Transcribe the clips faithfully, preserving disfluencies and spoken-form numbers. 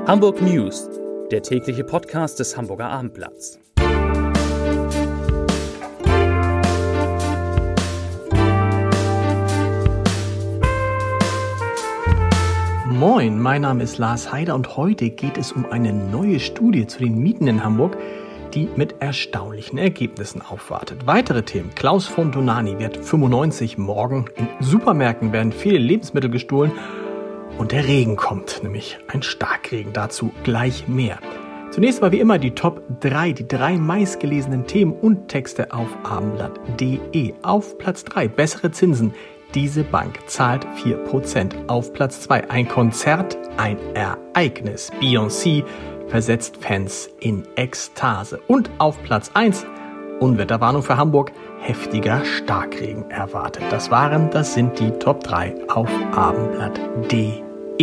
Hamburg News, der tägliche Podcast des Hamburger Abendblatts. Moin, mein Name ist Lars Heider und heute geht es um eine neue Studie zu den Mieten in Hamburg, die mit erstaunlichen Ergebnissen aufwartet. Weitere Themen: Klaus von Donani wird fünfundneunzig, morgen in Supermärkten werden viele Lebensmittel gestohlen und der Regen kommt, nämlich ein Starkregen, dazu gleich mehr. Zunächst mal wie immer die Top drei, die drei meistgelesenen Themen und Texte auf abendblatt punkt de. Auf Platz drei, bessere Zinsen. Diese Bank zahlt vier Prozent. Auf Platz zwei, ein Konzert, ein Ereignis. Beyoncé versetzt Fans in Ekstase. Und auf Platz eins, Unwetterwarnung für Hamburg, heftiger Starkregen erwartet. Das waren, das sind die Top drei auf abendblatt punkt de.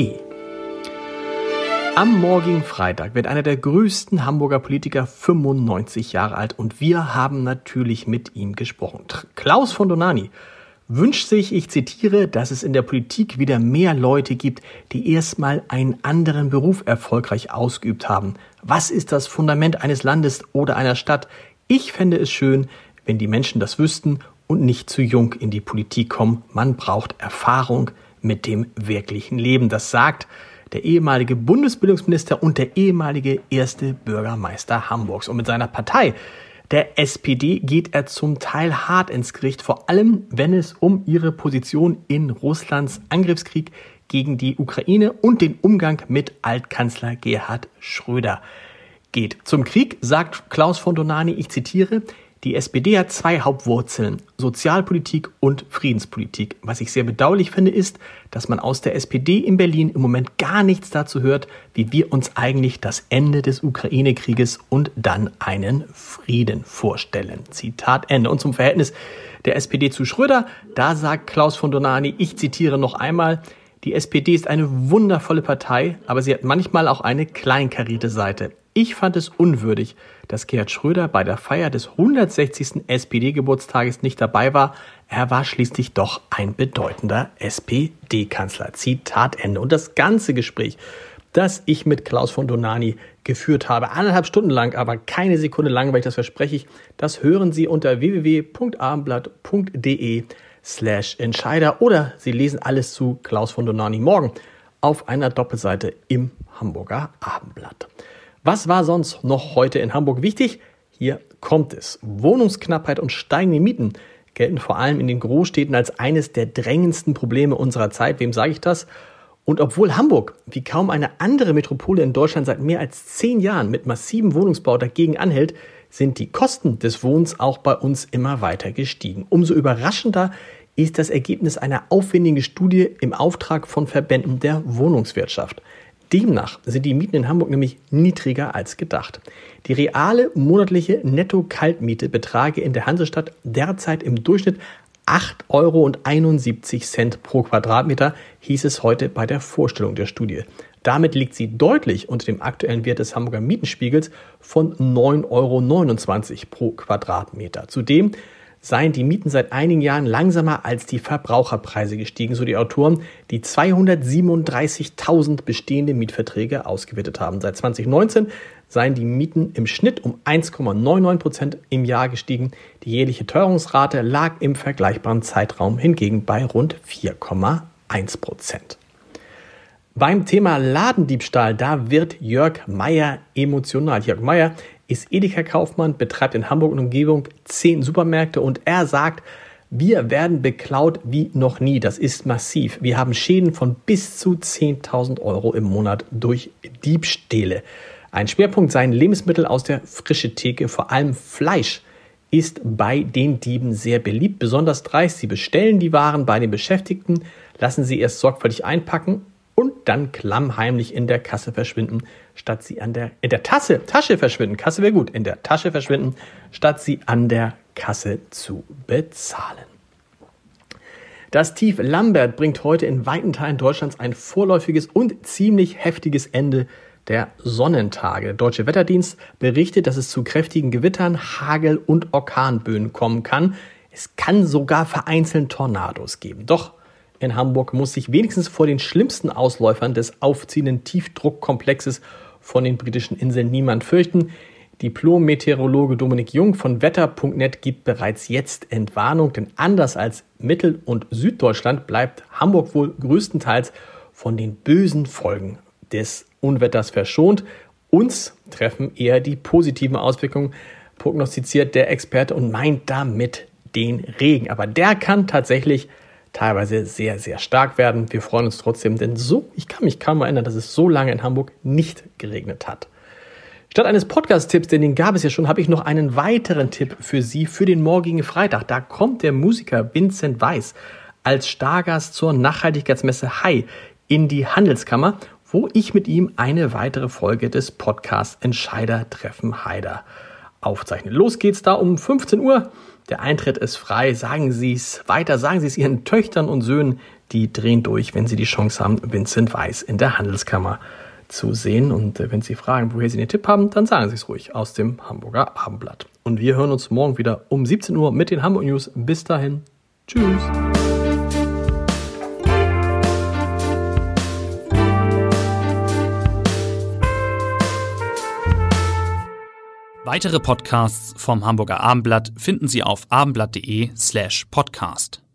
Am morgigen Freitag wird einer der größten Hamburger Politiker fünfundneunzig Jahre alt und wir haben natürlich mit ihm gesprochen. Klaus von Donani wünscht sich, ich zitiere, dass es in der Politik wieder mehr Leute gibt, die erstmal einen anderen Beruf erfolgreich ausgeübt haben. Was ist das Fundament eines Landes oder einer Stadt? Ich fände es schön, wenn die Menschen das wüssten und nicht zu jung in die Politik kommen. Man braucht Erfahrung mit dem wirklichen Leben. Das sagt der ehemalige Bundesbildungsminister und der ehemalige erste Bürgermeister Hamburgs. Und mit seiner Partei, der S P D, geht er zum Teil hart ins Gericht, vor allem wenn es um ihre Position in Russlands Angriffskrieg gegen die Ukraine und den Umgang mit Altkanzler Gerhard Schröder geht. Zum Krieg sagt Klaus von Donani, ich zitiere, die S P D hat zwei Hauptwurzeln, Sozialpolitik und Friedenspolitik. Was ich sehr bedauerlich finde, ist, dass man aus der S P D in Berlin im Moment gar nichts dazu hört, wie wir uns eigentlich das Ende des Ukraine-Krieges und dann einen Frieden vorstellen. Zitat Ende. Und zum Verhältnis der S P D zu Schröder, da sagt Klaus von Donani, ich zitiere noch einmal, die S P D ist eine wundervolle Partei, aber sie hat manchmal auch eine kleinkarierte Seite. Ich fand es unwürdig, dass Gerhard Schröder bei der Feier des hundertsechzigsten S P D-Geburtstages nicht dabei war. Er war schließlich doch ein bedeutender S P D-Kanzler. Zitat Ende. Und das ganze Gespräch, das ich mit Klaus von Donani geführt habe, eineinhalb Stunden lang, aber keine Sekunde langweilig, das verspreche ich, das hören Sie unter w w w punkt abendblatt punkt de slash Entscheider oder Sie lesen alles zu Klaus von Donani morgen auf einer Doppelseite im Hamburger Abendblatt. Was war sonst noch heute in Hamburg wichtig? Hier kommt es. Wohnungsknappheit und steigende Mieten gelten vor allem in den Großstädten als eines der drängendsten Probleme unserer Zeit. Wem sage ich das? Und obwohl Hamburg wie kaum eine andere Metropole in Deutschland seit mehr als zehn Jahren mit massivem Wohnungsbau dagegen anhält, sind die Kosten des Wohnens auch bei uns immer weiter gestiegen. Umso überraschender ist das Ergebnis einer aufwendigen Studie im Auftrag von Verbänden der Wohnungswirtschaft. Demnach sind die Mieten in Hamburg nämlich niedriger als gedacht. Die reale monatliche Netto-Kaltmiete betrage in der Hansestadt derzeit im Durchschnitt acht Euro einundsiebzig pro Quadratmeter, hieß es heute bei der Vorstellung der Studie. Damit liegt sie deutlich unter dem aktuellen Wert des Hamburger Mietenspiegels von neun Euro neunundzwanzig pro Quadratmeter. Zudem seien die Mieten seit einigen Jahren langsamer als die Verbraucherpreise gestiegen, so die Autoren, die zweihundertsiebenunddreißigtausend bestehende Mietverträge ausgewertet haben. Seit zwanzig neunzehn seien die Mieten im Schnitt um eins Komma neunundneunzig Prozent im Jahr gestiegen. Die jährliche Teuerungsrate lag im vergleichbaren Zeitraum hingegen bei rund vier Komma eins Prozent. Beim Thema Ladendiebstahl, da wird Jörg Meyer emotional. Jörg Meyer ist Edeka-Kaufmann, betreibt in Hamburg und Umgebung zehn Supermärkte und er sagt, wir werden beklaut wie noch nie. Das ist massiv. Wir haben Schäden von bis zu zehntausend Euro im Monat durch Diebstähle. Ein Schwerpunkt seien Lebensmittel aus der frischen Theke, vor allem Fleisch ist bei den Dieben sehr beliebt. Besonders dreist, sie bestellen die Waren bei den Beschäftigten, lassen sie erst sorgfältig einpacken und dann klammheimlich in der Kasse verschwinden, statt sie an der, in der Tasse, Tasche verschwinden, Kasse wäre gut, in der Tasche verschwinden, statt sie an der Kasse zu bezahlen. Das Tief Lambert bringt heute in weiten Teilen Deutschlands ein vorläufiges und ziemlich heftiges Ende der Sonnentage. Der Deutsche Wetterdienst berichtet, dass es zu kräftigen Gewittern, Hagel und Orkanböen kommen kann. Es kann sogar vereinzelt Tornados geben. Doch in Hamburg muss sich wenigstens vor den schlimmsten Ausläufern des aufziehenden Tiefdruckkomplexes von den britischen Inseln niemand fürchten. Diplom-Meteorologe Dominik Jung von wetter punkt net gibt bereits jetzt Entwarnung, denn anders als Mittel- und Süddeutschland bleibt Hamburg wohl größtenteils von den bösen Folgen des Unwetters verschont. Uns treffen eher die positiven Auswirkungen, prognostiziert der Experte und meint damit den Regen. Aber der kann tatsächlich teilweise sehr, sehr stark werden. Wir freuen uns trotzdem, denn so, ich kann mich kaum erinnern, dass es so lange in Hamburg nicht geregnet hat. Statt eines Podcast-Tipps, denn den gab es ja schon, habe ich noch einen weiteren Tipp für Sie für den morgigen Freitag. Da kommt der Musiker Vincent Weiss als Stargast zur Nachhaltigkeitsmesse Hai in die Handelskammer, wo ich mit ihm eine weitere Folge des Podcasts Entscheider treffen Haider aufzeichne. Los geht's da um fünfzehn Uhr. Der Eintritt ist frei. Sagen Sie es weiter, sagen Sie es Ihren Töchtern und Söhnen. Die drehen durch, wenn sie die Chance haben, Vincent Weiss in der Handelskammer zu sehen. Und wenn Sie fragen, woher Sie den Tipp haben, dann sagen Sie es ruhig aus dem Hamburger Abendblatt. Und wir hören uns morgen wieder um siebzehn Uhr mit den Hamburg News. Bis dahin. Tschüss. Weitere Podcasts vom Hamburger Abendblatt finden Sie auf abendblatt punkt de slash podcast.